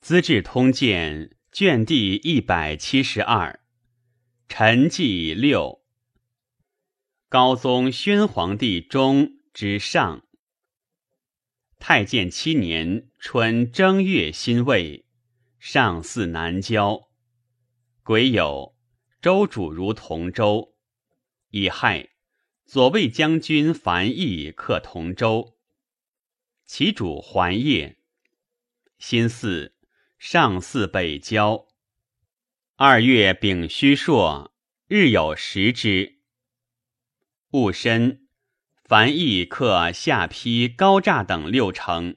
资治通鉴》卷第172，陈纪6，高宗宣皇帝中之上。太建7年春正月辛未，上巳南郊，癸酉，周主如同州。乙亥，左卫将军樊毅克同州，其主还业。辛巳，上巳北郊。2月丙戌朔，日有食之。戊申，樊毅克下邳、高栅等6城。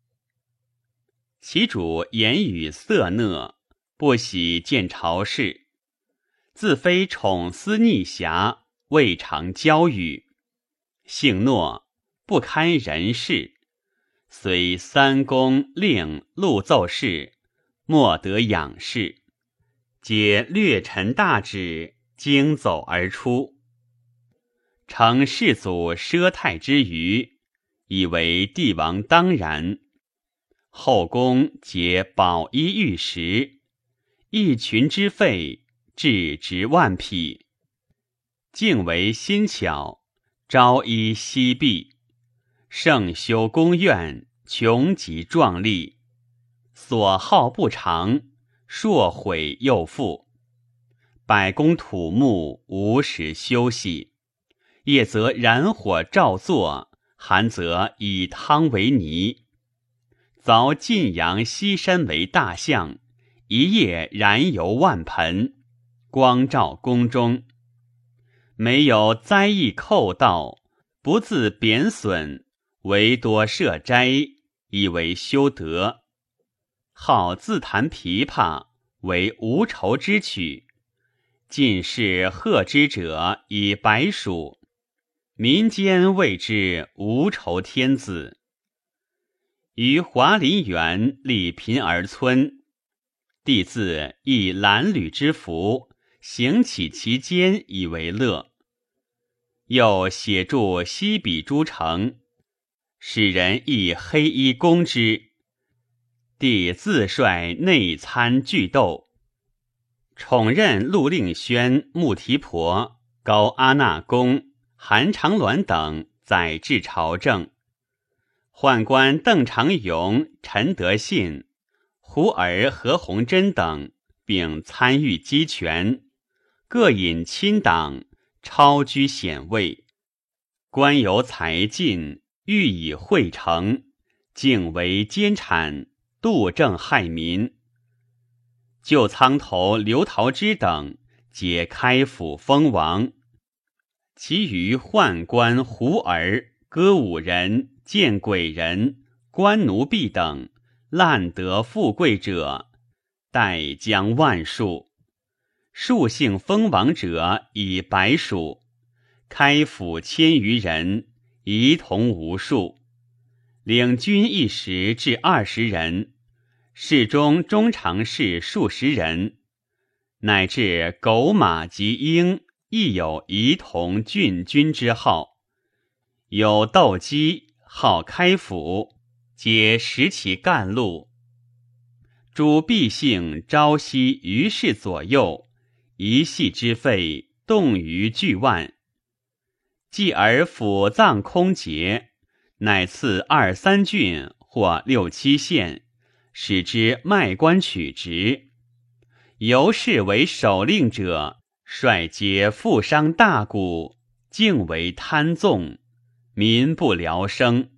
其主言语色讷，不喜见朝事，自非宠思逆侠，未尝交语，性懦，不堪人事，虽三公令录奏事，莫得仰视，皆略陈大旨，经走而出。承世祖奢泰之余，以为帝王当然。后宫皆宝衣玉石，一群之费，至值万匹。竟为新巧，朝衣夕璧，盛修宫苑，穷极壮丽。所好不长，硕毁又复。百工土木，无时休息。夜则燃火照作，寒则以汤为泥。凿晋阳西山为大象，一夜燃油万盆，光照宫中。没有灾异寇盗，不自贬损，唯多设斋，以为修德。好自弹琵琶，为无愁之曲。进士贺之者以白黍，民间谓之无愁天子。于华林园立贫儿村，帝自以褴褛之服，行乞其间以为乐。又写著西比诸城，使人以黑衣攻之。帝自率内参俱斗，宠任陆令轩、穆提婆、高阿那公、韩长鸾等载至朝政。宦官邓长勇、陈德信、胡儿何鸿琛等并参与集权，各引亲党，超居显位。官有才尽，欲以惠成，竟为奸产，杜政害民。旧仓头刘陶之等皆开府封王，其余宦官胡儿、歌舞人、见鬼人、官奴婢等滥得富贵者，殆将万数。数姓封王者以百数，开府1000余人，仪同无数。领军一时至20人，侍中中常侍数十人，乃至狗马及鹰，亦有仪同郡君之号。有斗鸡好开府，皆识其干路。主毕姓朝夕于世左右，一系之费动于巨万。继而府藏空竭，乃赐2、3郡或6、7县，使之卖官取职。由是为首令者，率皆富商大贾，竟为贪纵，民不聊生。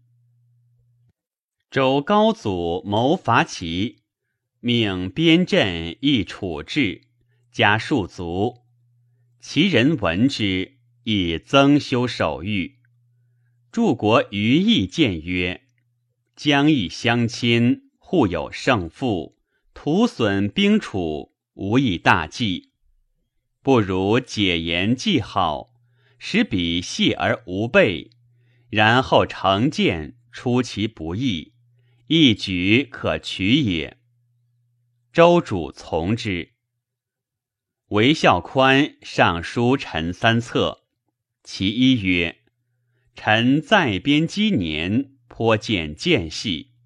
周高祖谋伐齐，命边镇亦处置，加戍卒。齐人闻之，亦增修守御。诸国余议谏曰：疆域相亲，互有胜负，徒损兵储，无益大计。不如解言计好，使彼谢而无备，然后成见，出其不意，一举可取也。周主从之。韦孝宽上书陈3策，其一曰：臣在边积年，颇见间隙，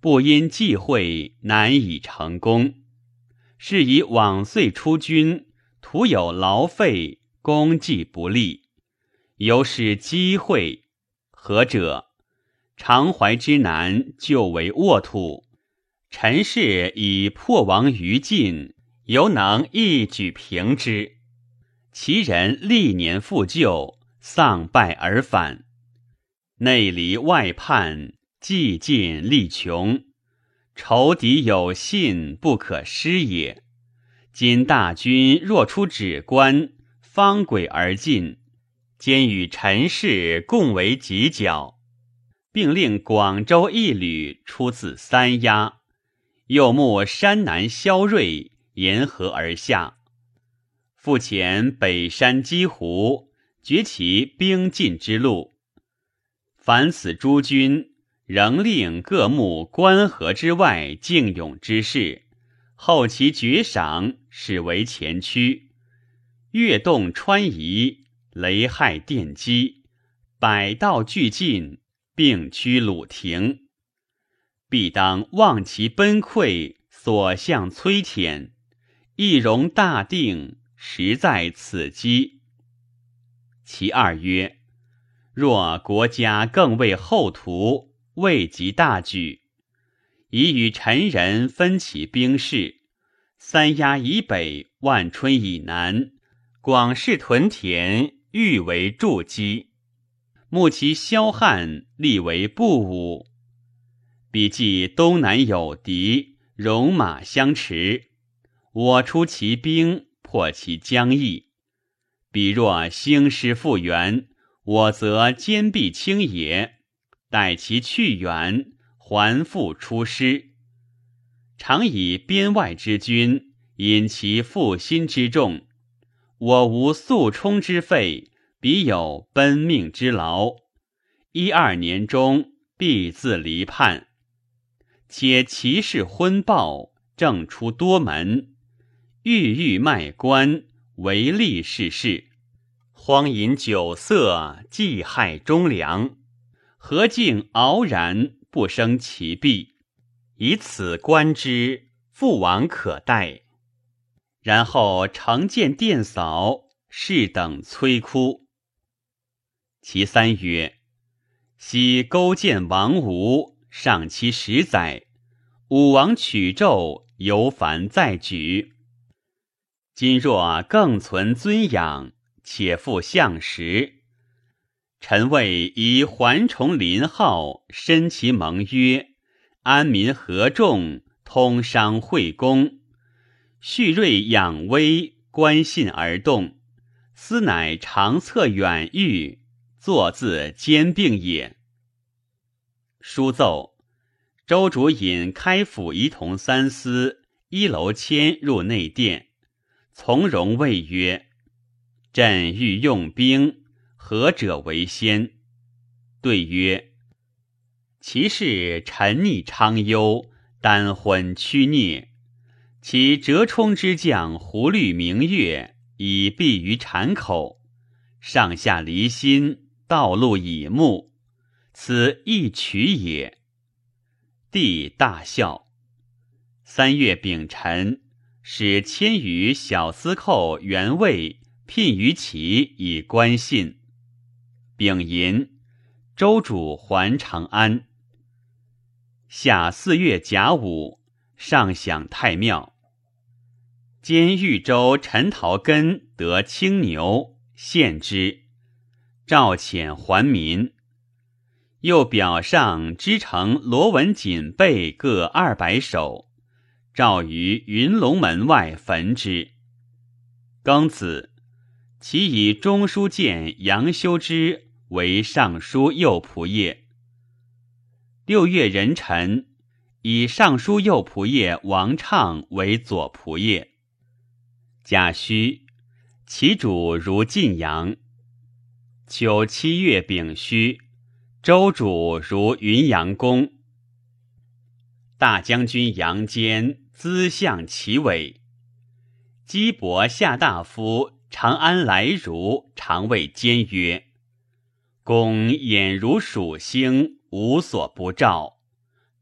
不因忌讳，难以成功。是以往岁出军，徒有劳费，功绩不立，由是机会。何者？常怀之难，就为沃土。陈氏以破亡于尽，犹能一举平之。其人历年复救，丧败而返，内离外叛，既尽力穷。仇敌有信，不可失也。今大军若出止关，方轨而进，兼与陈氏共为犄角，并令广州一旅出自三押。又慕山南萧锐，沿河而下，复遣北山击胡，绝其兵进之路。凡此诸军，仍令各募关河之外竞勇之士，后其绝赏，始为前驱。越动川夷，雷害电击，百道俱进，并驱鲁庭。必当望其奔溃，所向摧舔，一容大定，实在此机。其二曰：若国家更为后图，未及大举，已与陈人分起兵势，三押以北，万春以南，广式屯田，欲为筑基，目其骁悍，立为步武。彼既东南有敌，戎马相持，我出其兵，破其疆邑。彼若兴师复原，我则坚壁清野，待其去远，还复出师。常以边外之军，引其负心之众，我无速冲之费，彼有奔命之劳。1-2年中，必自离叛。且其事昏暴，正出多门，郁卖官，唯利是事，荒饮酒色，忌害忠良。何竟傲然，不生其弊？以此观之，父王可待。然后成见电扫，是等摧枯。其三曰：昔勾践王吴，上期10载，武王取纣，犹烦再举。今若更存尊养，且复相识。臣谓以环重林浩，申其盟约，安民合众，通商会公，蓄锐养威，观信而动，斯乃长策远预，坐自兼并也。书奏，周主引开府仪同3司1楼迁入内殿，从容谓曰：朕欲用兵，何者为先？对曰：其事沉溺昌幽，丹昏屈孽，其折冲之将胡律明月，以避于产口，上下离心，道路以目，此一取也。帝大笑。3月丙辰，使千余小司寇员尉聘于其以观信。丙寅，周主还长安。夏4月甲午，上享太庙。兼豫州陈陶根得青牛，献之，诏遣还民。又表上织成罗纹锦被各200首，诏于云龙门外焚之。庚子，其以中书监杨修之为尚书右仆射。6月壬辰，以尚书右仆射王畅为左仆射。甲戌，其主如晋阳。秋7月丙戌，周主如云阳公。大将军杨坚资相其尾。姬伯下大夫长安来如常谓坚曰：公眼如曙星，无所不照，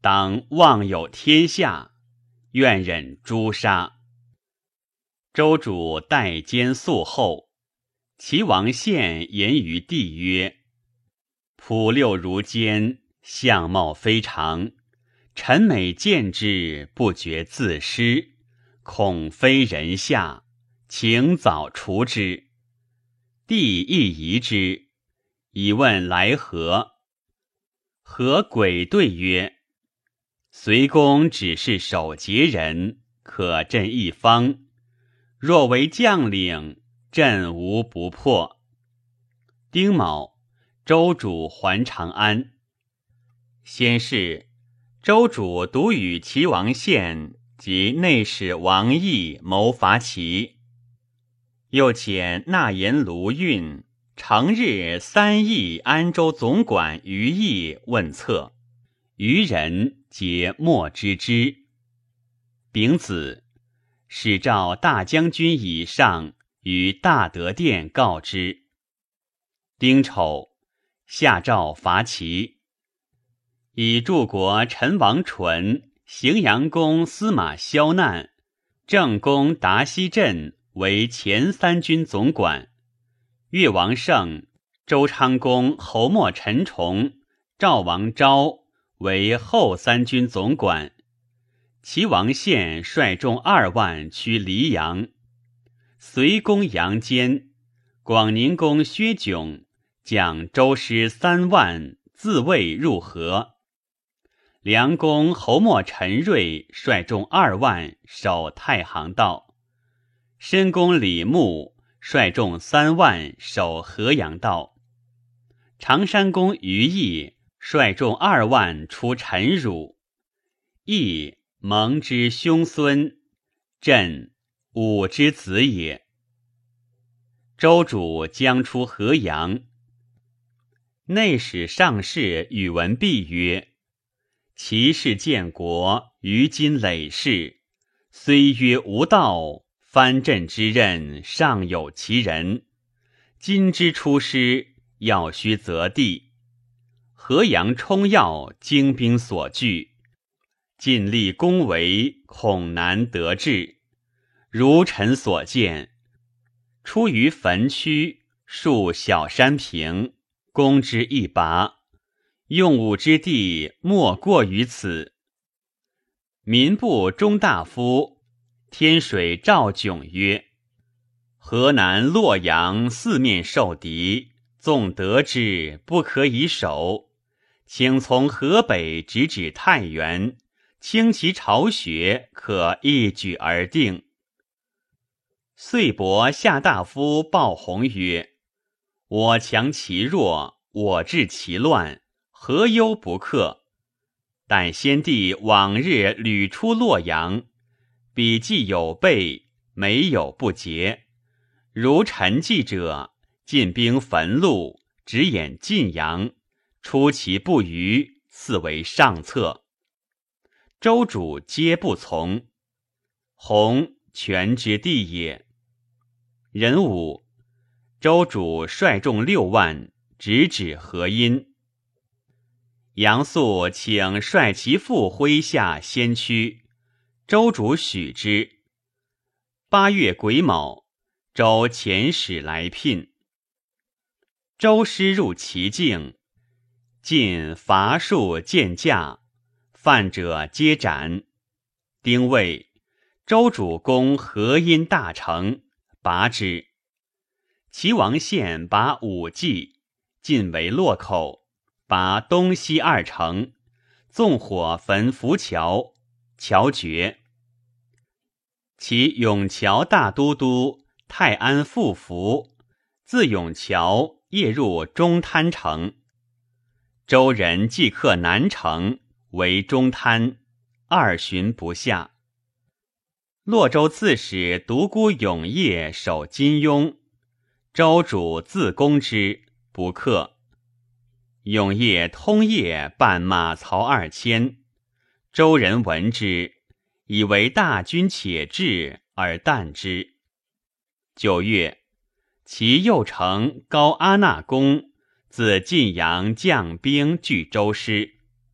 当望有天下，愿忍诛杀。周主待监肃后，齐王献言于帝曰：仆六如间，相貌非常，臣每见之，不觉自失，恐非人下，请早除之。帝亦疑之，以问来何？何鬼对曰：隋公只是守节人，可镇一方，若为将领，朕无不破。丁卯，周主还长安。先是，周主独与齐王献及内史王毅谋伐齐，又遣纳言卢运常日3邑安州总管于毅问策，余人皆莫知之。丙子，使召大将军以上于大德殿告之。丁丑，下诏伐齐，以柱国陈王纯、荥阳公司马萧难、郑公达西镇为前3军总管，越王胜、周昌公侯莫陈崇、赵王昭为后3军总管。齐王献率众2万趋黎阳，隋公杨坚、广宁公薛炯将周师3万自卫入河。梁公侯莫陈瑞率众2万守太行道，申公李牧率众3万守河阳道，常山公于毅率众2万出陈汝。毅蒙之兄孙，朕武之子也。周主将出河阳，内史上士宇文弼曰：齐氏建国，于今累世，虽曰无道，藩镇之任尚有其人。今之出师，要须择地，河阳冲要，精兵所据，尽力攻围，恐难得志。如臣所见，出于坟区，数小山平，攻之一拔，用武之地莫过于此。民部中大夫天水赵炯曰：河南洛阳四面受敌，纵得之，不可以守，请从河北直指太原，轻其巢穴，可一举而定。遂伯下大夫鲍弘曰：我强其弱，我治其乱，何忧不克？但先帝往日屡出洛阳，笔记有备，没有不捷。如陈纪者，进兵焚路，直掩晋阳，出其不虞，赐为上策。周主皆不从。弘权之地也。壬午，周主率众6万，直指河阴。杨素请率其父麾下先驱，周主许之。8月癸卯，周遣使来聘。周师入齐境，尽伐戍见驾，犯者皆斩。丁未，周主攻河阴大城，拔之。齐王献拔武纪，尽为洛口，拔东西2城，纵火焚浮桥，桥绝。其永桥大都督泰安傅福自永桥夜入中滩城，周人即克南城，为中滩，2旬不下。洛州刺史独孤永业守金庸，周主自攻之，不克。永业通夜伴马曹2000，周人闻之，以为大军且至，而惮之。9月，其右丞高阿那公自晋阳将兵拒周师。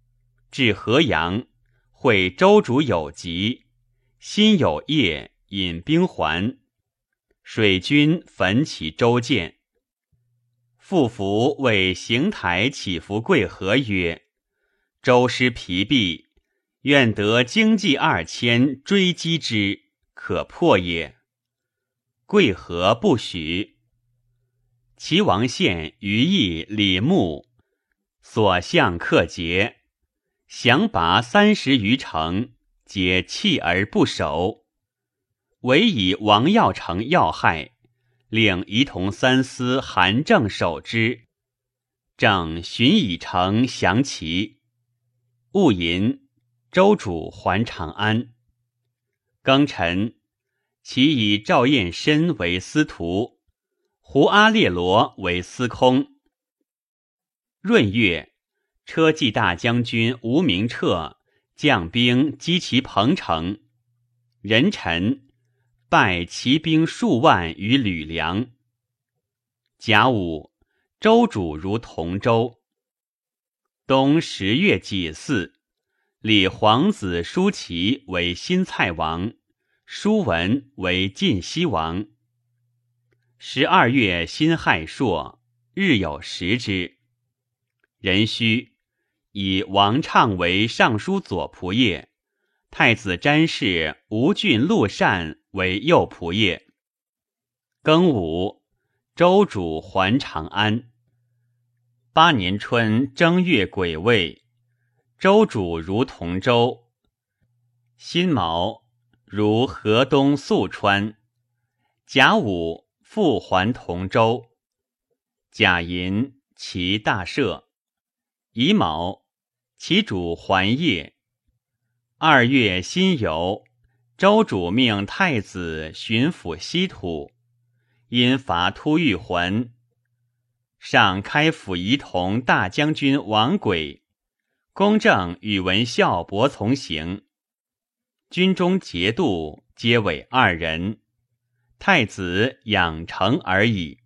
至河阳，会周主有疾，辛有业，引兵还。水军焚其舟舰。傅福为邢台起伏贵河曰：周师疲弊，愿得精骑2000追击之，可破也。贵河不许。齐王献于邑李牧所向克节，降拔30余城，皆弃而不守。唯以王耀成要害，令仪同三司韩正守之。正寻以城降齐。戊寅，周主还长安。庚辰，齐以赵彦深为司徒，胡阿列罗为司空。闰月，车骑大将军吴明彻将兵击其彭城。壬辰，败骑兵数万于吕梁。甲午，周主如同州。冬10月己巳，立皇子叔齐为新蔡王，叔文为晋西王。12月辛亥朔，日有食之。壬戌，以王畅为尚书左仆射，太子詹事吴郡陆善为右仆射。庚午，周主还长安。8年春正月癸未，周主如同州。辛卯，如河东宿川。甲午，复还同州。甲寅，齐大赦。乙卯，其主还业。2月辛酉，周主命太子巡抚西土，因伐突遇还。上开府仪同大将军王轨，公正宇文孝伯从行。军中节度皆委2人，太子养成而已。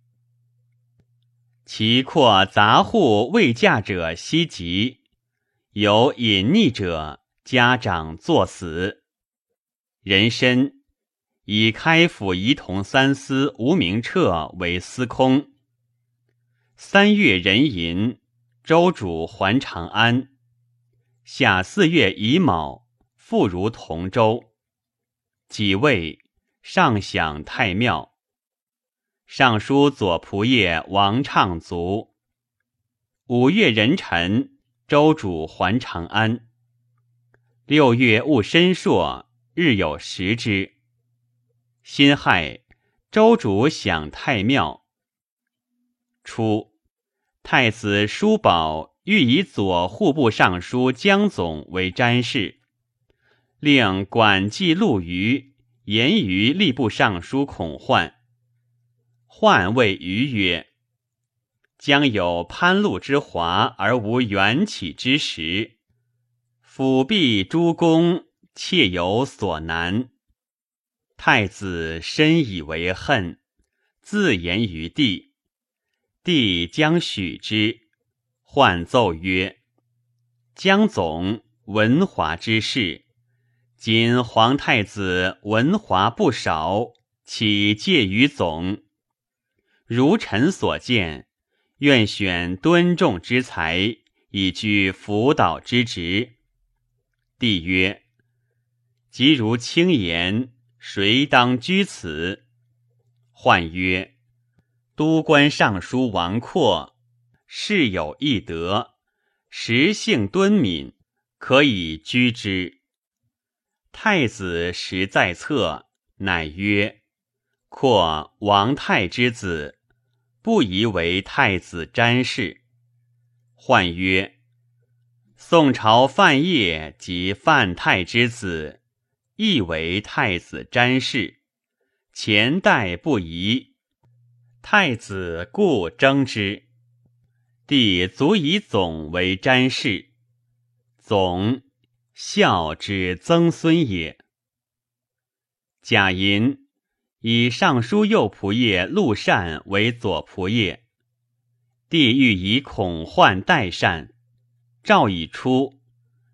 其扩杂户未嫁者西疾，有隐匿者，家长作死。壬申，以开府仪同三司吴明彻为司空。3月壬寅，周主还长安。夏4月乙卯，复如同州。己未，上享太庙。尚书左仆射王畅卒。5月壬辰，周主还长安。6月戊申朔，日有食之。辛亥，周主享太庙。初，太子叔宝欲以左户部尚书江总为詹事，令管记陆虞言于吏部尚书孔焕。焕谓虞曰：将有潘禄之华而无缘起之时，辅弼诸公，切有所难。太子深以为恨，自言于帝。帝将许之。焕奏曰：江总文华之士，今皇太子文华不少，岂介于总？如臣所见，愿选敦重之才，以居辅导之职。帝曰：即如卿言，谁当居此？焕曰：都官尚书王括，事有一德，实性敦敏，可以居之。太子时在侧，乃曰：括王太之子，不宜为太子詹事。焕曰：宋朝范晔及范太之子，亦为太子詹事，前代不疑，太子故争之。帝足以总为詹事，总孝之曾孙也。甲寅，以尚书右仆射陆善为左仆射。帝欲以孔焕代善，诏已出，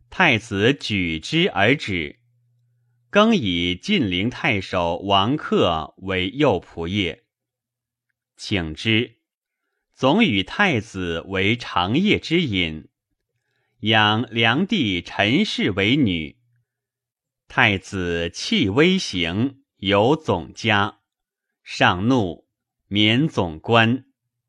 太子举之而止。更以晋陵太守王克为右仆射，请之，总与太子为长夜之饮，养梁帝陈氏为女。太子弃威行，有总家，上怒，免总官。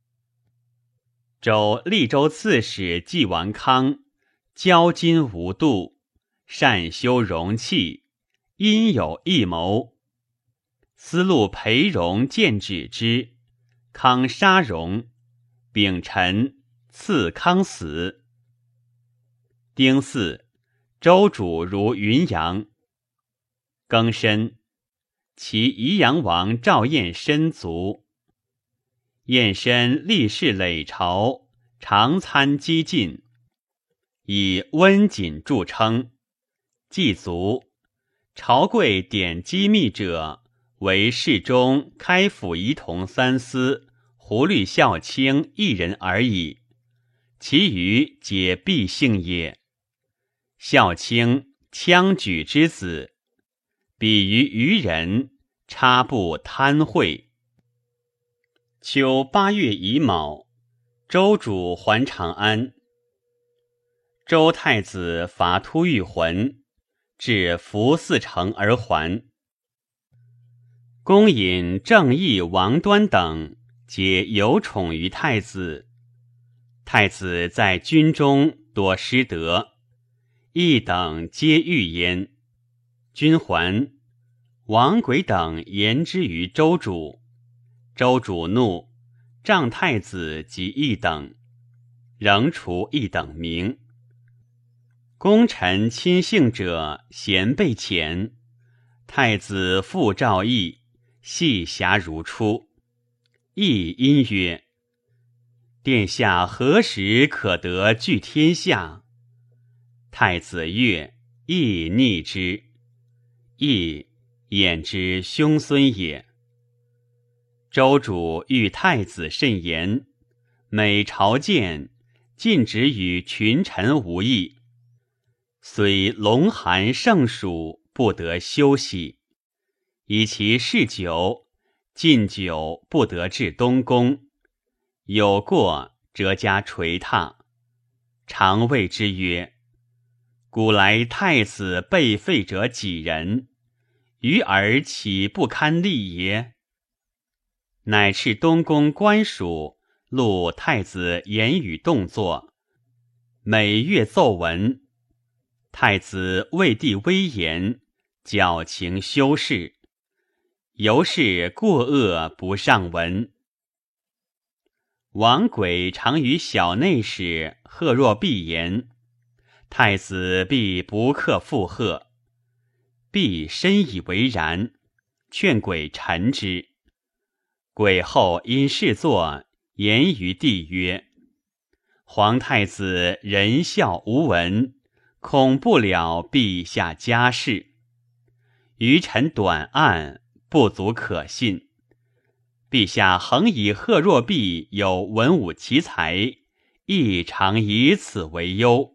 利州刺史纪王康骄矜无度，善修容器，因有异谋。司路裴荣见止之，康杀荣，秉臣，赐康死。丁巳，周主如云阳。庚申，其宜阳王赵彦申卒。彦申历仕累朝，常参激进，以温谨著称。祭卒，朝贵典机密者，为侍中、开府仪同三司、胡律校卿一人而已，其余皆必姓也。校卿羌举之子，比于愚人，差不贪贿。秋8月乙卯，周主还长安。周太子伐突遇浑，至福4城而还。公尹、郑义、王端等皆有宠于太子。太子在军中多失德，义等皆欲焉。君还，王轨等言之于周主。周主怒，杖太子及义等，仍除义等名。功臣亲信者咸被遣，太子复召义，细侠如初。义因曰：殿下何时可得据天下？太子悦，义逆之。义掩之兄孙也。周主遇太子甚严，每朝见，禁止与群臣无益。虽龙寒盛暑，不得休息。以其嗜酒，禁酒不得至东宫，有过则加捶踏。常谓之曰：古来太子被废者几人？余儿岂不堪力也？乃斥东宫官属录太子言语动作，每月奏闻。太子畏帝威严，矫情修饰，由是过恶不上闻。王轨常与小内史贺若弼言，太子必不克附贺。弼深以为然，劝轨陈之。轨后因事作，言于帝曰：皇太子仁孝无闻，恐不了陛下家事。余臣短案，不足可信。陛下恒以贺若弼有文武奇才，亦常以此为忧。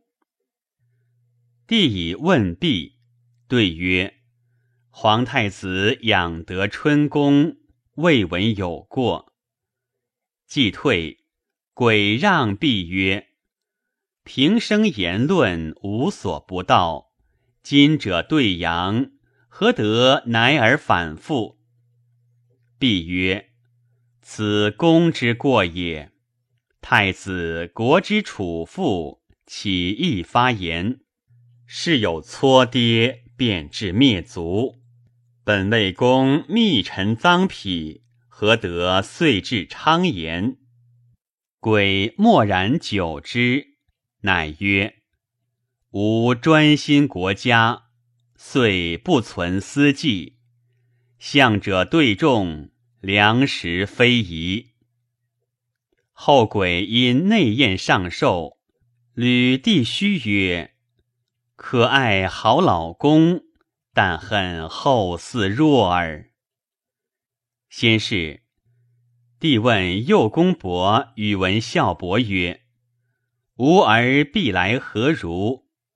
帝以问弼，对曰：皇太子养得春宫，未闻有过。既退，轨让弼曰：平生言论无所不道，今者对扬，何得乃而反复？弼曰：此公之过也。太子国之储父，岂易发言？事有搓跌，便至灭族。本为公密陈赃匹，何得遂至昌言？轨默然久之，乃曰：吾专心国家，遂不存私计。相者对众，良实非宜。后轨因内宴上寿，吕帝须曰：可爱好老公，但恨后嗣弱耳。先是，帝问右公伯宇文孝伯曰：吾儿必来何如？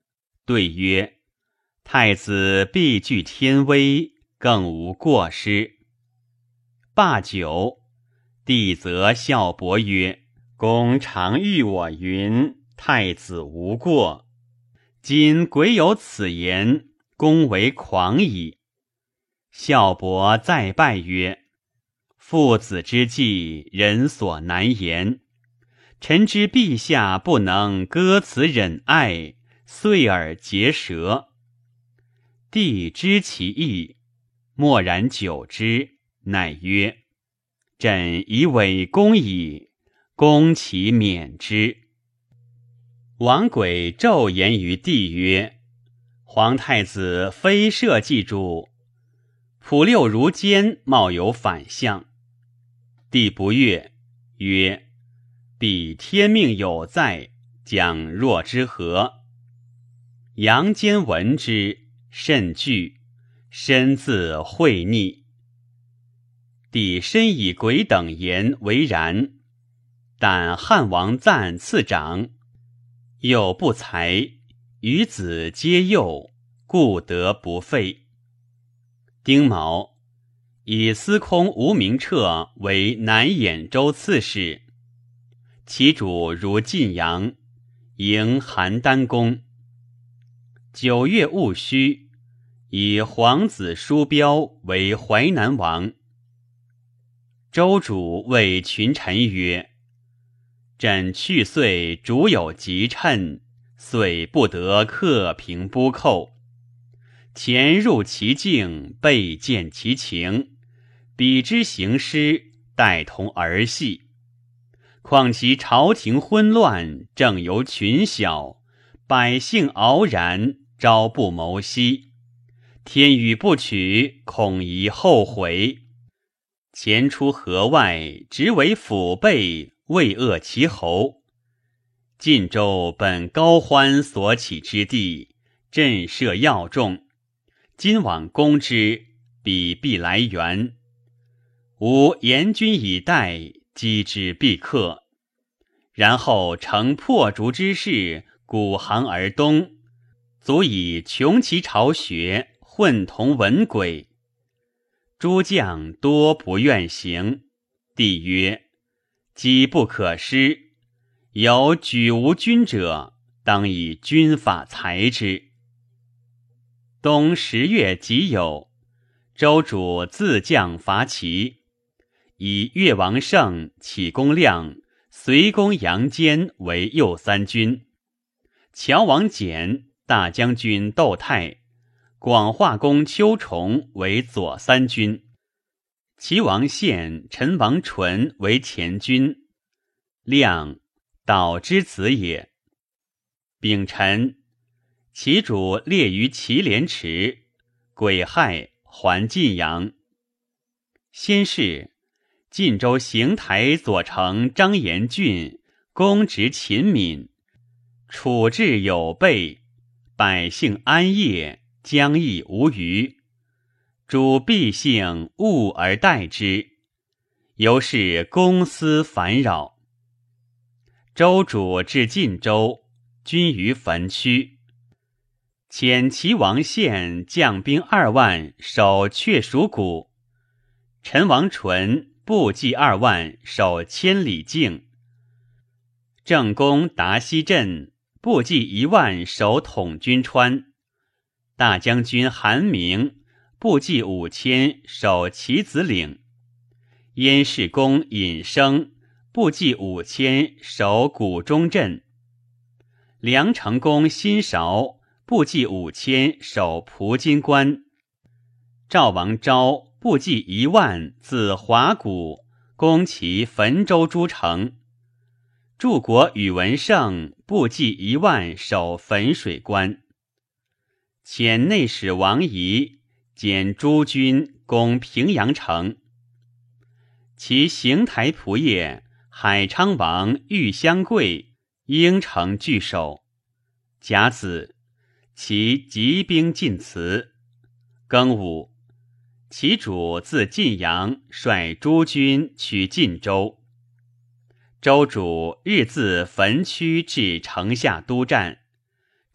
对曰：太子必具天威，更无过失。罢酒，帝则笑伯曰：公常谕我云，太子无过。今癸有此言，公为狂矣。孝伯再拜曰：父子之计，人所难言。臣知陛下不能歌辞忍爱，遂而结舌。帝知其意，默然久之，乃曰：朕以委公矣，公其免之。王轨骤言于帝曰：皇太子非社稷主，普六如奸，貌有反相。帝不悦，曰：彼天命有在，将若之何？杨坚闻之，甚惧，深自会逆。帝深以鬼等言为然，但汉王赞次长，又不才，余子皆幼，故得不废。丁卯，以司空吴明彻为南兖州刺史，其主如晋阳，迎邯郸公。9月戊戌，以皇子叔标为淮南王。周主谓群臣曰：朕去岁主有吉谶，遂不得克平不寇。潜入其境，备见其情，彼之行师，待同儿戏。况其朝廷昏乱，政由群小，百姓傲然，朝不谋夕。天与不取，恐疑后悔。前出河外，直为腹背，未扼其喉。晋州本高欢所起之地，震慑要众。今往攻之，彼必来援。吾严军以待，击之必克。然后乘破竹之势，鼓行而东，足以穷其巢穴，混同文轨。诸将多不愿行。帝曰：机不可失，有举无军者，当以军法裁之。冬10月己酉，周主自将伐齐，以越王胜、启公亮、随公杨坚为右三军，乔王简、大将军窦泰、广化公邱崇为左三军，齐王献、陈王纯为前军。亮，导之子也。丙辰，其主列于祁连池，癸亥还晋阳。先是，晋州邢台左丞张延俊公执勤敏，处置有备，百姓安业，疆邑无虞。主必幸恶而待之，由是公私烦扰。周主至晋州，军于汾区，遣齐王献将兵2万守阙属谷，陈王纯部骑2万守千里境，正公达西镇部骑1万守统军川，大将军韩明部骑5000守棋子岭，燕氏公尹生部骑5000守谷中镇，梁成公辛韶部骑5000守蒲津关，赵王昭部骑1万自华谷攻其汾州诸城，柱国宇文盛部骑1万守汾水关，遣内史王仪兼诸军攻平阳城。其邢台仆射海昌王玉相贵应城据守。甲子，其集兵进祠。庚午，其主自晋阳率诸军取晋州。周主日自汾区至城下督战，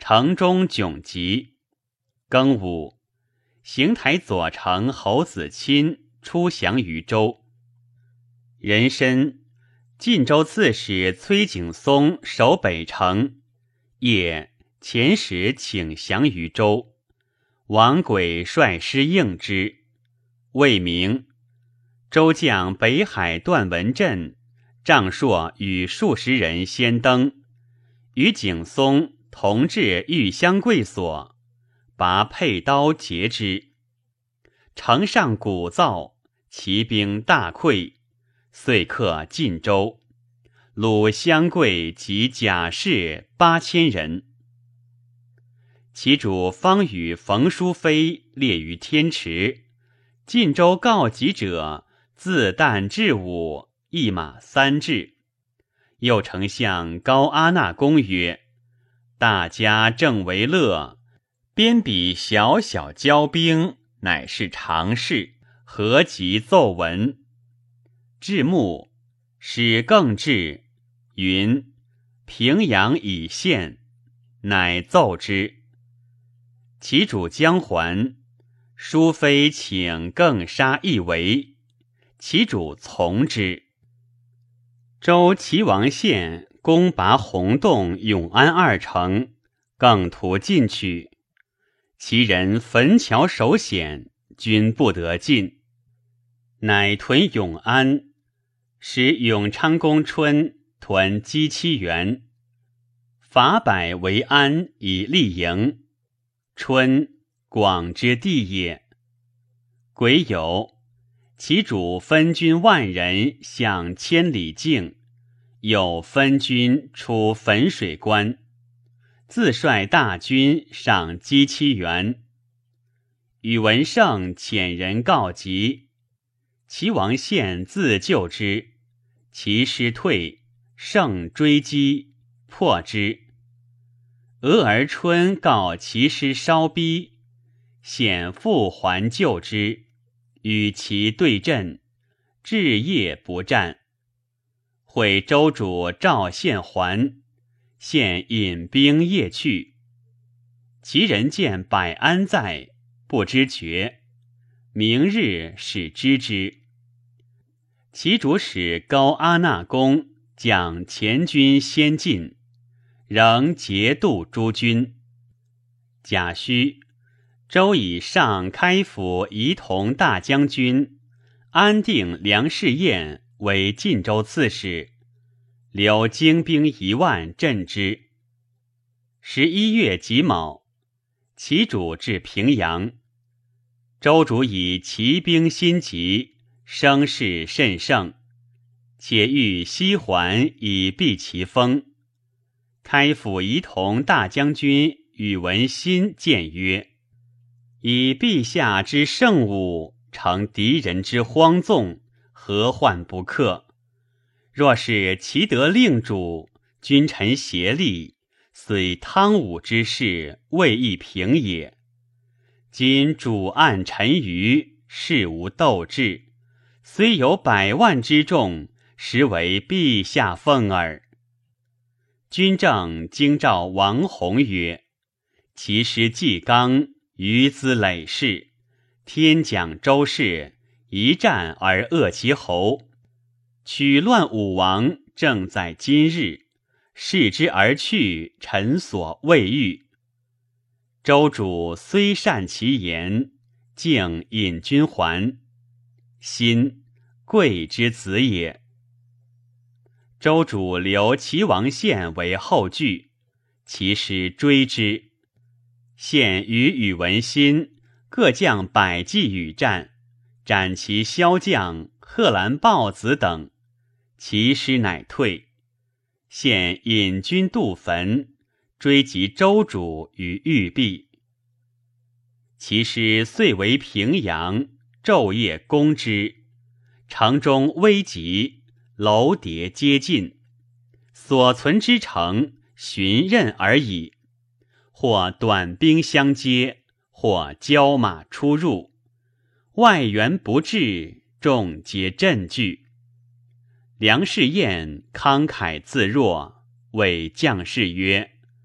城中窘急。庚午，邢台左丞侯子钦出降于州。壬申，晋州刺史崔景松守北城，夜遣使请降于州。王轨率师应之，未明，州将北海段文振、张硕与数十人先登，与景松同至玉香贵所，拔佩刀截之。城上鼓噪，骑兵大溃，遂克晋州，虏香贵及甲士8000人。其主方与冯淑妃列于天池，晋州告急者，自旦至午，一马3至。右丞相高阿那公曰：大家正为乐，鞭比小小交兵，乃是常事，何及奏闻？至暮，使更至，云平阳已陷，乃奏之。其主将还，淑妃请更杀一围，其主从之。州齐王县攻拔洪洞、永安2城，更图进取，其人焚桥守险，均不得进，乃屯永安，使永昌公春屯积七原，法百为安以立营。春，广之地也。癸酉，其主分军10000人向千里境，有分军出汾水关，自率大军上积七原。宇文盛遣人告急，齐王献自救之，其师退，盛追击，破之。俄而春告其师稍逼，显复还救之，与其对阵，至夜不战。会州主赵献还，献引兵夜去。其人见百安在，不知觉，明日使知之。其主使高阿那公将前军先进，仍节度诸军。甲戌，州以上开府仪同大将军安定梁士彦为晋州刺史，留精兵1万镇之。11月己卯，其主至平阳。州主以骑兵心急，声势甚盛，且欲西还以避其锋。开府仪同大将军宇文新谏曰：以陛下之圣武，乘敌人之荒纵，何患不克？若是其得令主，君臣协力，虽汤武之事，未易平也。今主案陈余，事无斗志，虽有100万之众，实为陛下奉耳。军政京兆王弘曰：其师纪纲，余资累世，天讲周氏，一战而扼其侯，取乱武王，正在今日，视之而去，臣所未遇。州主虽善其言，竟引军还。辛，贵之子也。州主留齐王献为后拒，其师追之。献与宇文新各将100骑与战，斩其骁将贺兰豹子等，其师乃退。献引军渡汾，追击州主于玉壁。其师遂为平阳，昼夜攻之，城中危急，楼叠皆尽，所存之城寻刃而已，或短兵相接，或骄马出入，外援不至，众皆震惧。梁士彦慷慨自若，谓将士曰：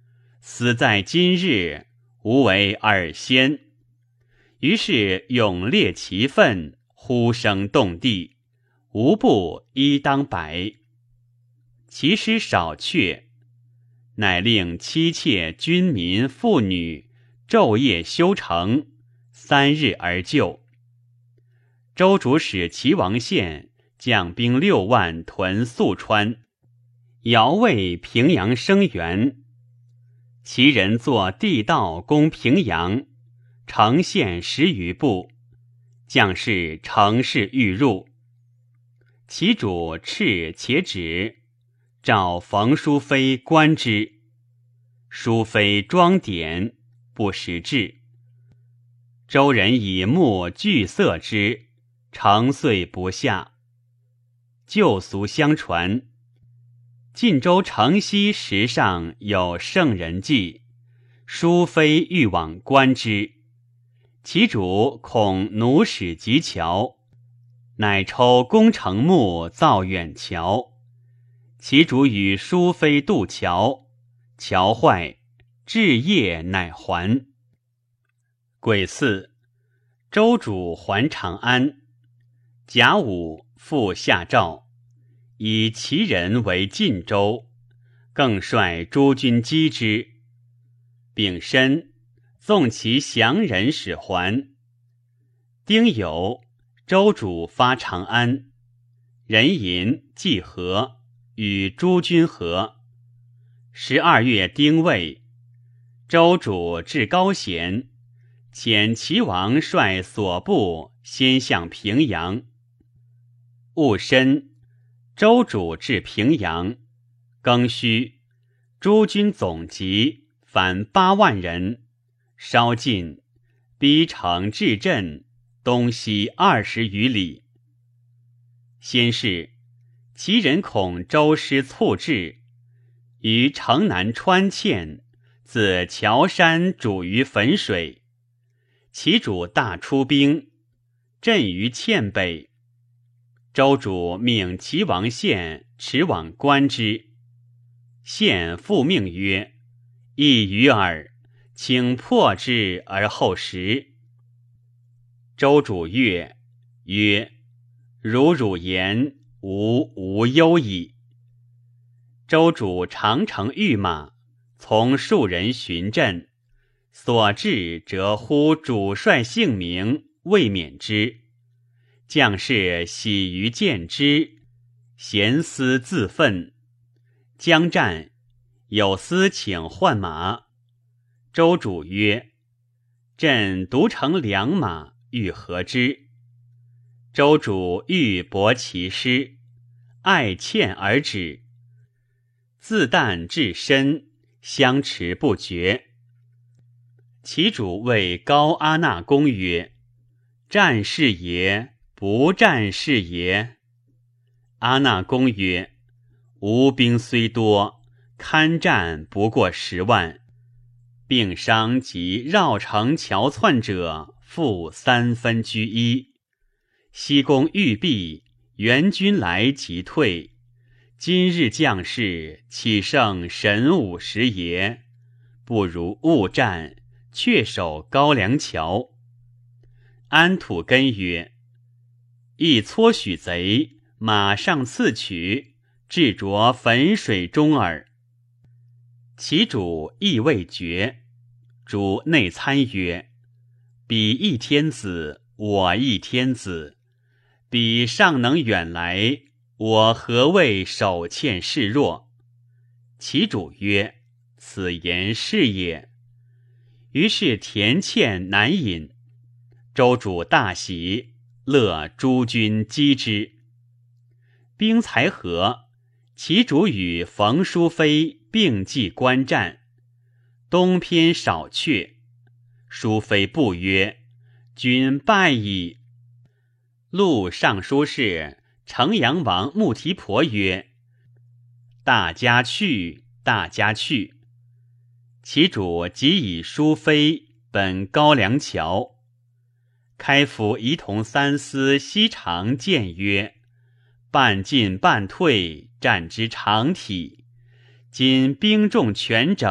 死在今日，无为尔先。于是勇烈其愤，呼声动地，无不一当百。其师少却，乃令妻妾军民妇女昼夜修成，3日而就。周主使齐王宪将兵6万屯宿川，遥为平阳声援。齐人作地道攻平阳，城陷10余步，将士乘势欲入。齐主斥且止，召冯淑妃观之。淑妃装点，不识至。周人以木具色之，成岁不下。旧俗相传，晋州城西石上有圣人迹，淑妃欲往观之。其主恐弩矢及桥，乃抽攻城木造远桥。其主与淑妃渡桥，桥坏，至夜乃还。癸巳，周主还长安。甲午，复下诏，以齐人为晋州，更率诸军击之。丙申，纵其降人使还。丁酉，周主发长安。壬寅，季和，与诸军合。12月丁未，周主至高咸，遣齐王率所部先向平阳。戊申，周主至平阳。庚戌，诸军总集，反8万人，稍尽，逼城至镇，东西20余里。先是，齐人恐周师猝至，于城南川堑，自桥山煮于汾水。齐主大出兵，阵于堑北。周主命齐王宪驰往观之。宪复命曰：一余耳，请破之而后食。周主悦，曰：如汝言，吾无忧矣。周主长乘御马，从数人寻阵，所至折呼主帅姓名，未免之。将士喜于见之，咸思自奋。将战，有司请换马。周主曰：朕独乘良马，欲何之？周主欲博其师，爱欠而止。自旦至深，相持不绝。其主谓高阿那公曰：战是也，不战是也。阿那公曰：吾兵虽多，堪战不过10万，并伤及绕城桥窜者，复1/3。西宫欲毕，援军来即退。今日将士岂胜神50也？不如勿战，却守高梁桥。安土根曰：一撮许贼，马上刺取，至着汾水中耳。其主意未决，主内参曰：彼一天子，我一天子，彼尚能远来，我何谓手欠势弱？其主曰：此言是也。于是田堑南引。周主大喜，乐诸军击之。兵才合，其主与冯淑妃并继观战。东偏少却，淑妃不曰：君败矣。录尚书事城阳王穆提婆曰：大家去，大家去。其主即以淑妃本高梁桥。开府仪同3司西常谏曰：半进半退，战之常体。今兵众全整，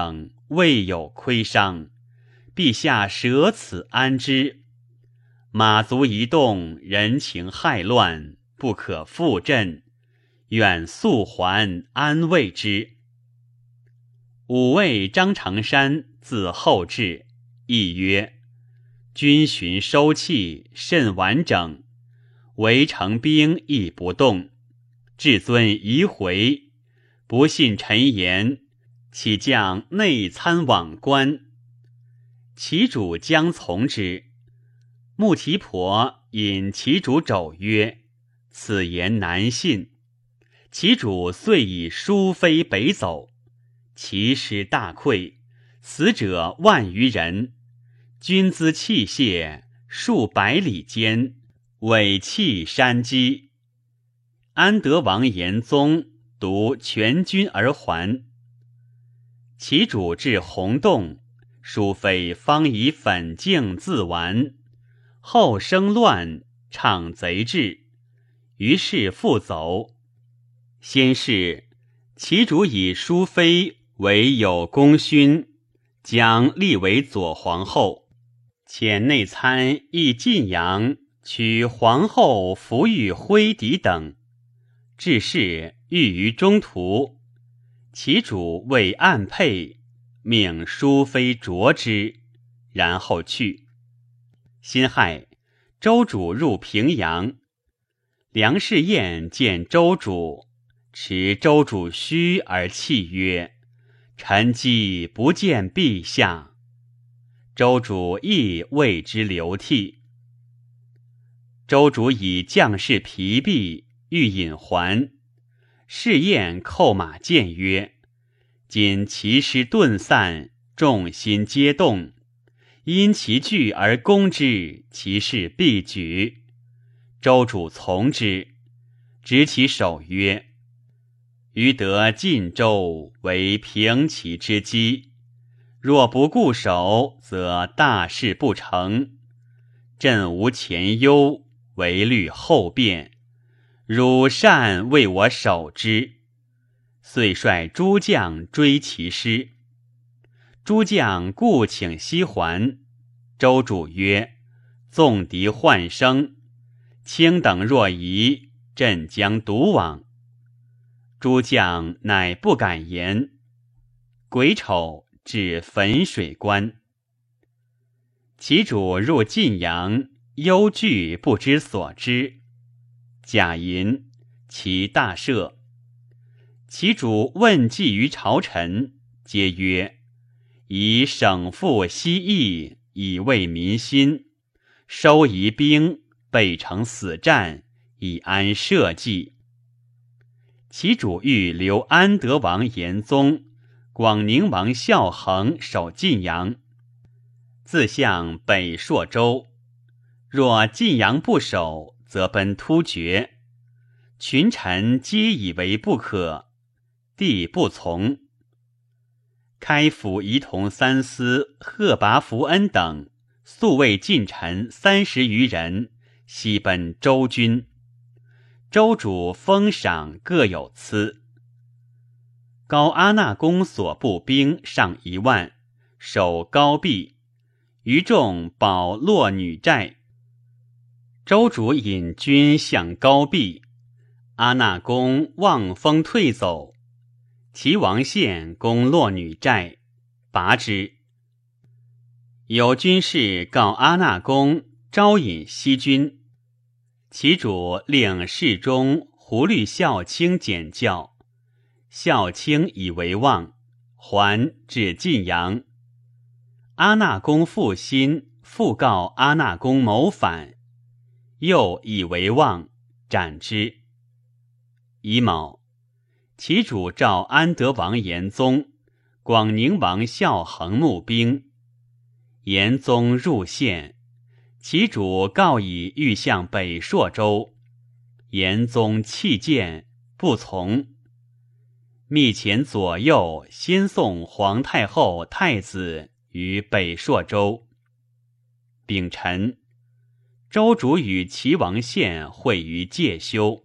未有亏伤，陛下舍此安之？马足一动，人情害乱，不可复振，愿速还，安慰之。武尉张长山自后至，亦曰：军巡收气甚完整，围城兵亦不动。至尊疑回，不信臣言，岂将内参往观？其主将从之。穆提婆引其主肘曰：此言难信。其主遂以淑妃北走，其师大溃，死者万余人，军资器械数百里间，尾弃山积。安德王延宗独全军而还。其主至洪洞，淑妃方以粉镜自完，后生乱，倡贼至，于是复走。先是其主以淑妃为有功勋，将立为左皇后，遣内参议晋阳，取皇后服御徽邸等。至是欲于中途，其主为暗配，命淑妃着之，然后去。辛亥，周主入平阳，梁士彦见周主，持周主虚而泣曰：臣既不见陛下。周主亦为之流涕。周主以将士疲弊，欲引还。士彦叩马谏曰：今其师遁散，众心皆动，因其惧而攻之，其势必举。周主从之，执其手曰：余得晋州为平齐之基，若不固守，则大事不成。朕无前忧，唯虑后变，汝善为我守之。遂率诸将追其师。诸将故请西还。周主曰：纵敌患生，卿等若疑，朕将独往。诸将乃不敢言。癸丑，至汾水关。其主入晋阳，忧惧不知所之。贾银，其大赦。其主问计于朝臣，皆曰：以省赋西邑，以慰民心，收夷兵，备城死战，以安社稷。其主欲留安德王延宗、广宁王孝恒守晋阳，自向北朔州。若晋阳不守，则奔突厥。群臣皆以为不可，帝不从。开府仪同三司贺拔福恩等素为近臣30余人，西奔周军。周主封赏各有赐。高阿那公所部兵上1万，守高壁，余众保洛女寨。周主引军向高壁，阿那公望风退走，齐王献攻洛女寨，拔之。有军士告阿那公招引西军，其主令侍中胡律孝卿检校，孝卿以为望，还至晋阳。阿那公复心，复告阿那公谋反，又以为望，斩之。乙卯，其主召安德王延宗、广宁王孝恒募兵。延宗入县，其主告以欲向北朔州，延宗弃剑，不从。密遣左右先送皇太后、太子于北朔州。丙辰，周主与齐王献会于介休。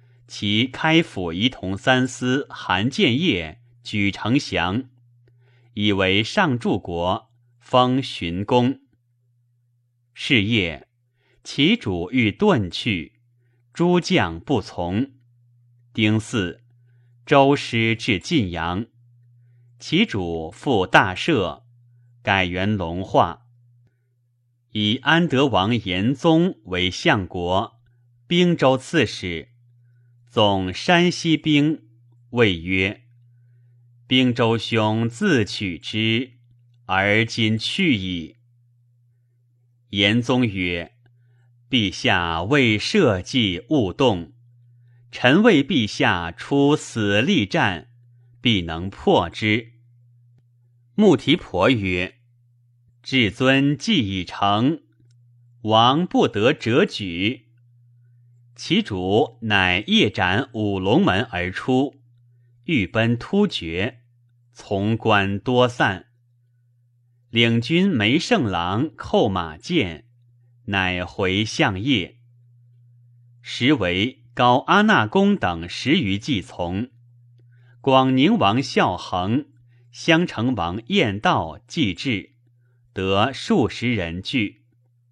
其开府仪同三司韩建业举城降， 以为上柱国，封荀公。是夜，其主欲遁去，诸将不从。丁巳，周师至晋阳，其主复大赦，改元龙化，以安德王延宗为相国，兵州刺史，总山西兵。谓曰：兵州兄自取之，而今去矣。延宗曰：陛下为社稷勿动，臣为陛下出死力战，必能破之。穆提婆曰：至尊既已成，王不得折举。其主乃夜斩五龙门而出，欲奔突厥，从官多散。领军梅圣郎扣马剑，乃回向业。时为高阿那公等10余骑从，广宁王孝恒、襄城王彦道继至，得数十人聚。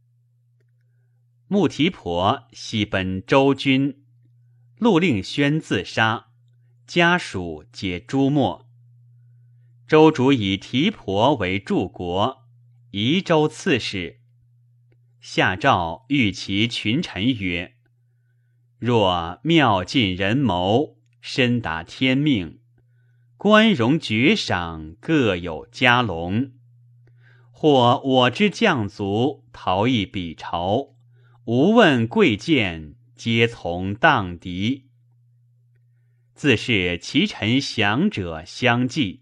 穆提婆西奔周军，陆令宣自杀，家属皆诛没。周主以提婆为柱国，夷州刺史。下诏谕其群臣曰：若妙尽人谋，深达天命，官荣爵赏各有加隆，或我之将卒逃逸彼朝，无问贵贱，皆从荡敌。自是其臣降者相继。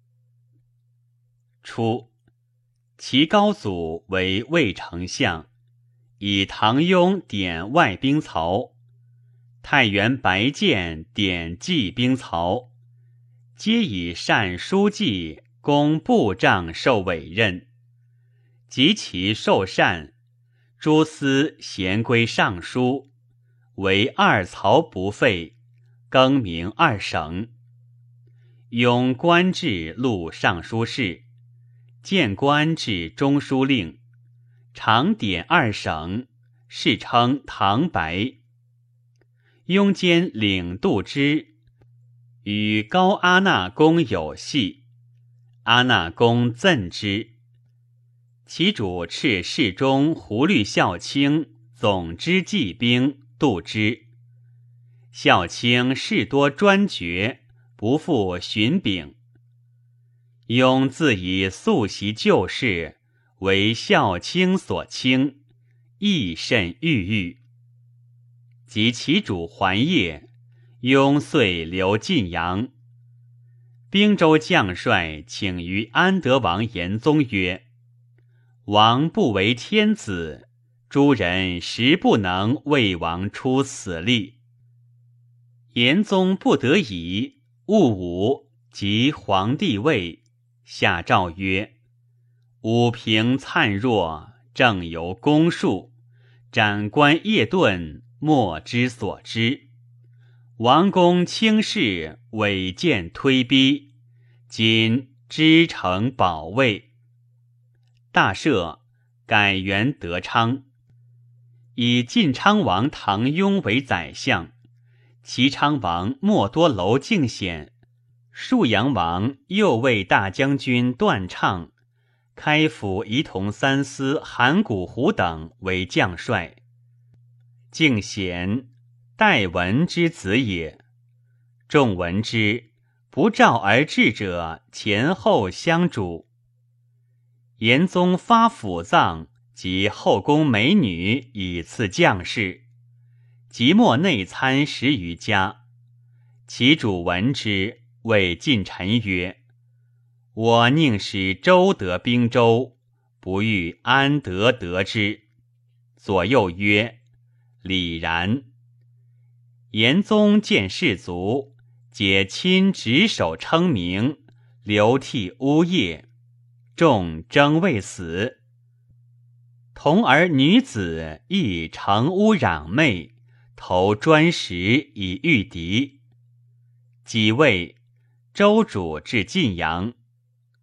初，齐高祖为魏丞相，以唐雍点外兵曹，太原白建点骑兵曹，皆以善书记、公部长受委任。及其受禅，诸司咸归尚书，为2曹不废，更名2省。雍官至录尚书事，谏官至中书令，常点2省，世称唐白。雍兼领度之，与高阿那公有隙，阿那公赠之。其主敕侍中胡律孝卿总之骑兵度之。孝卿事多专决，不复巡秉。雍自以素习旧事，为孝卿所轻，亦甚郁郁。及其主还业，雍遂留晋阳。兵州将帅请于安德王延宗曰：王不为天子，诸人实不能为王出死力。延宗不得已，戊午即皇帝位，下诏曰：武平灿若，正由公术，斩官夜遁，莫之所知。王公轻视，违谏推逼，今知诚保卫。大赦，改元德昌，以晋昌王唐雍为宰相，齐昌王莫多楼敬显，沭阳王右卫大将军段畅，开府仪同三司韩谷胡等为将帅。敬显，代文之子也。众闻之，不召而至者，前后相主。延宗发府葬及后宫美女以赐将士，即墨内参10余家。其主闻之，谓近臣曰：我宁使周得兵州，不欲安得得之。左右曰：理然。延宗见士卒，皆亲执手称名，流涕呜咽，众争未死。童儿女子亦成污攘媚，投砖石以御敌。己未，周主至晋阳，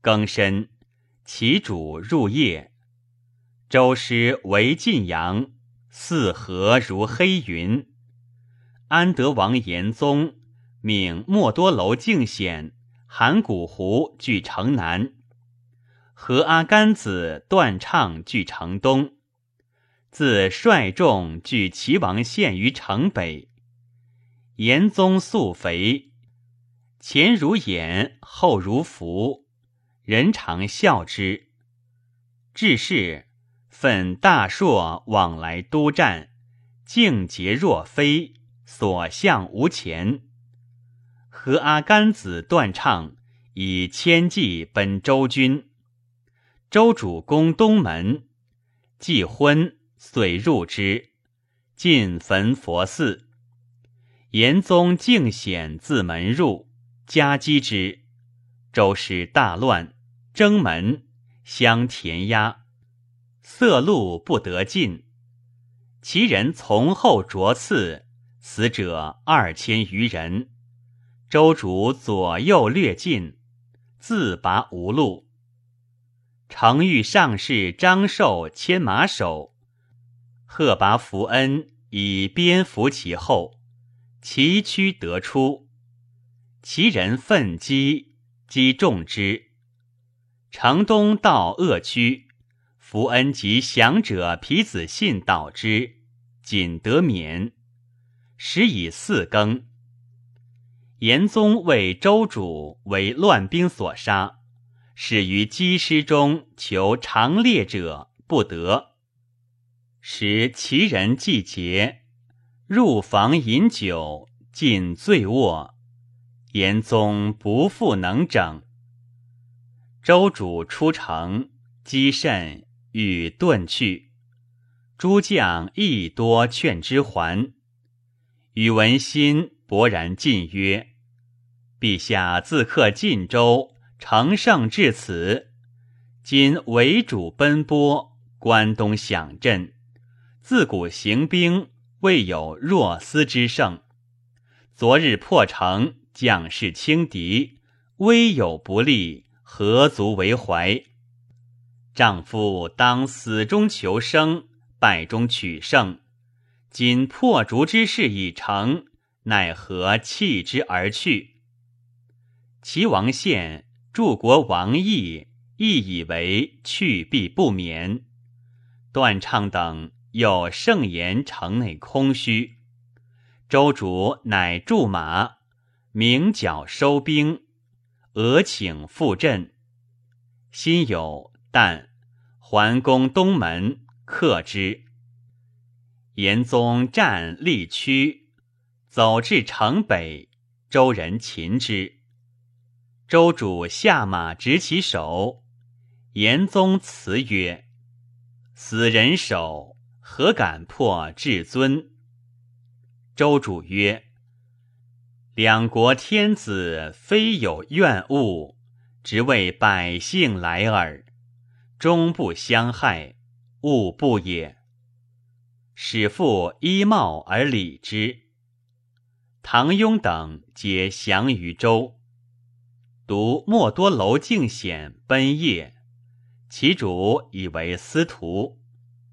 庚申，其主入夜。周师为晋阳，四合如黑云。安德王延宗命莫多楼敬显、函谷湖据城南，何阿甘子段畅据城东，自率众据齐王县于城北。延宗素肥，前如眼，后如符，人常笑之。至是，奋大硕往来督战，境捷若飞，所向无前。何阿甘子段畅以千骑奔周军，周主攻东门，既昏，遂入之，进焚佛寺。延宗敬显自门入，夹击之，周师大乱，征门，相填压，色路不得进。其人从后着刺，死者2000余人。周主左右略进，自拔无路。承御上士张寿牵马首，贺拔福恩以鞭伏其后，其躯得出。其人奋击，击中之。城东到鄂区，福恩及降者皮子信导之，仅得免。时已4更。延宗为周主为乱兵所杀，始于积师中求长猎者，不得。时其人既节，入房饮酒，尽醉卧，延宗不复能整。周主出城，积甚，欲遁去。诸将亦多劝之还。宇文新勃然进曰：陛下自克晋州，乘胜至此，今为主奔波，关东响震，自古行兵未有若斯之胜。昨日破城，将士轻敌，危有不利，何足为怀？丈夫当死中求生，败中取胜。今破竹之事已成，奈何弃之而去？齐王献、柱国王毅亦以为去必不免。段畅等又盛言城内空虚。周主乃驻马，鸣角收兵，俄请复阵。辛酉、旦，还攻东门，克之。延宗战力屈，走至城北，周人擒之。周主下马执其首，延宗辞曰：死人首，何敢破至尊？周主曰：两国天子非有怨恶，只为百姓来耳，终不相害，勿不也。使复依茂而礼之。唐雍等皆降于周。独莫多楼敬显奔夜，其主以为司徒。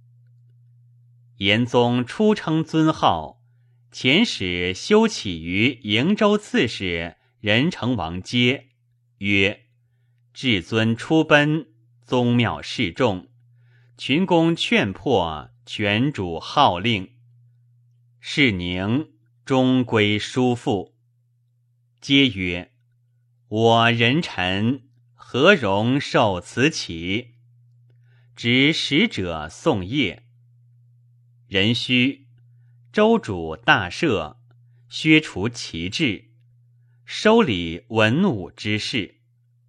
延宗初称尊号，遣使修起于瀛州刺史任城王阶，曰：至尊出奔，宗庙示众，群公劝破，权主号令。是宁，终归叔父。皆曰：我人臣何容受此启？执使者送业。壬戌，周主大赦，削除其制，收理文武之事。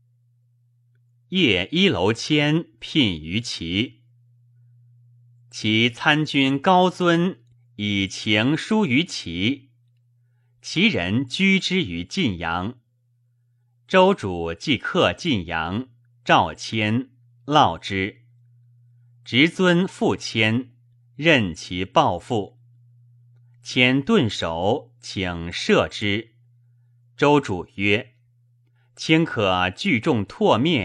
夜一楼谦聘于齐。其参军高尊以情书于齐，其人居之于晋阳。周主既克晋阳，召迁，烙之。执尊复迁，任其报复。迁顿首，请赦之。周主曰：卿可聚众唾面，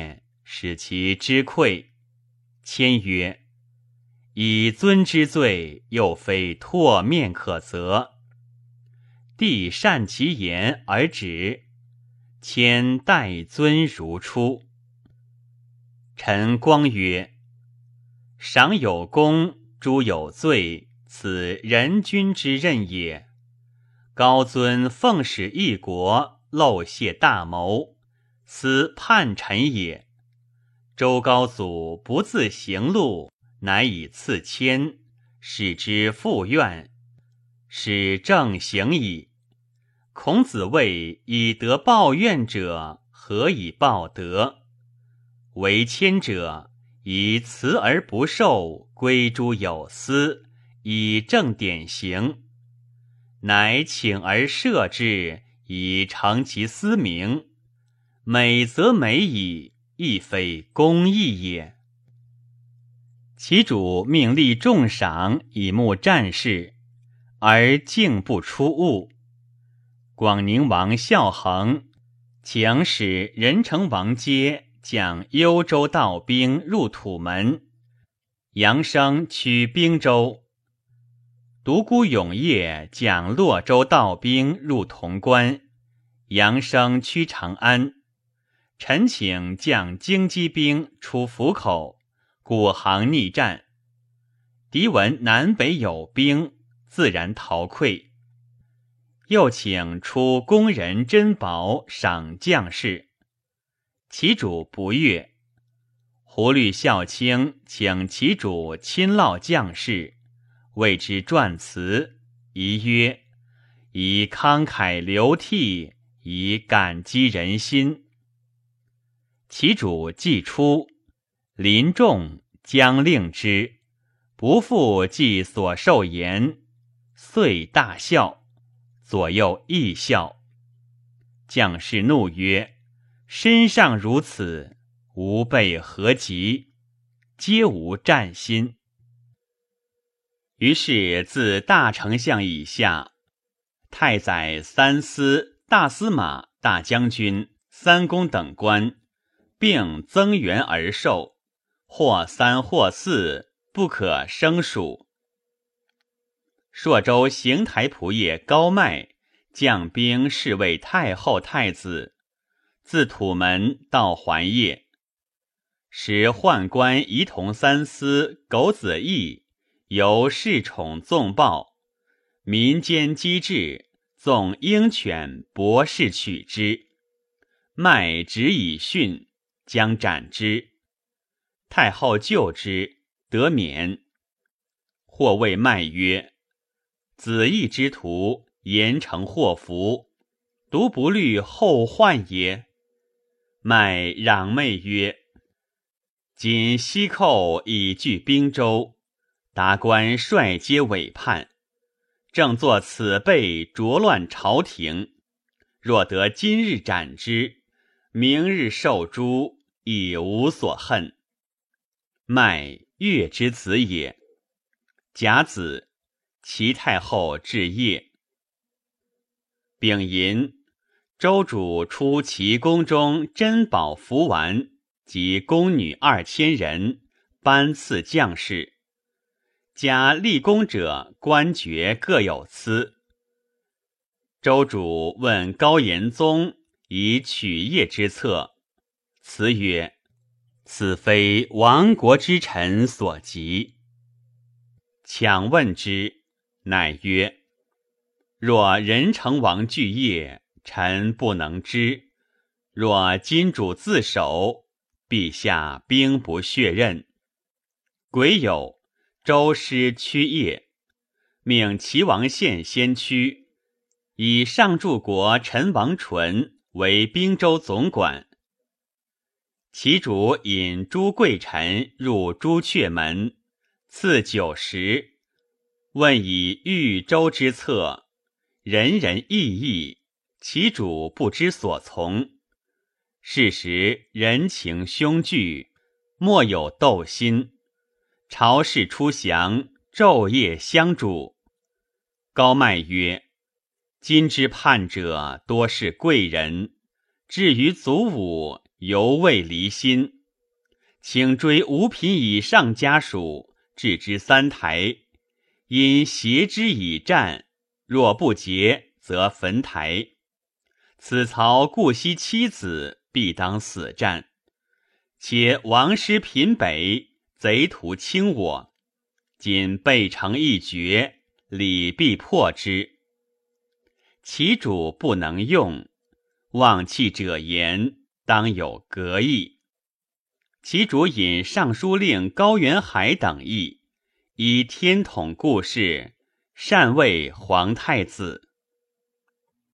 使其知愧。谦曰：以尊之罪，又非唾面可责。帝善其言而止，谦待尊如初。陈光曰：赏有功，诛有罪，此人君之任也。高尊奉使一国，漏泄大谋，此叛臣也。周高祖不自行路，乃以赐谦，使之复愿，使正行矣。孔子谓以德报怨者，何以报德？为谦者，以辞而不受，归诸有司，以正典行。乃请而赦之，以成其私名。美则美矣，亦非公义也。其主命立重赏，以目战事，而竟不出物。广宁王孝恒请使任城王阶将幽州道兵入土门，杨生取滨州。独孤永业将洛州道兵入潼关，杨生驱长安。陈请将京畿兵出府口，鼓行逆战。敌闻南北有兵，自然逃溃。又请出宫人珍宝赏将士，其主不悦。胡律孝卿请其主亲烙将士，为之撰词，遗曰：以慷慨流涕，以感激人心。其主既出，临众将令之，不复记所受言，遂大笑。左右亦笑。将士怒曰：身上如此，吾辈何及？皆无战心。于是自大丞相以下，太宰、三司、大司马、大将军、三公等官，并增员而授，或三或四，不可胜数。朔州邢台仆射高迈将兵侍卫太后太子，自土门到环邺。时宦官仪同三司苟子义由恃宠纵暴，民间机智，纵鹰犬博士取之。迈执以训，将斩之。太后救之，得免。或谓迈曰：子义之徒，严惩祸福，独不虑后患也。迈攘媚曰：今西寇已据滨州，达官率皆违叛，正作此辈浊乱朝廷。若得今日斩之，明日受诛，已无所恨。迈越之子也。甲子，齐太后至夜。丙寅，周主出其宫中珍宝服玩及宫女2000人，颁赐将士。加立功者官爵各有赐。周主问高延宗以取业之策，辞曰：此非亡国之臣所及。强问之，乃曰：若任城王惧业，臣不能知；若今主自守，陛下兵不血刃。癸酉，周师驱业，命齐王献先驱，以上柱国陈王纯为滨州总管。其主引诸贵臣入朱雀门，赐酒食，问以豫州之策，人人异议，其主不知所从。是时人情凶惧，莫有斗心。朝士出降，昼夜相主。高迈曰：今之叛者多是贵人，至于祖武，犹未离心。 请追五品以上家属，置之3台，因挟之以战，若不劫，则焚台。此曹顾惜妻子，必当死战。且王师频北，贼徒轻我，今备成一绝，礼必破之。其主不能用，忘弃者言，当有革意。其主引尚书令高元海等议，以天统故事，禅位皇太子。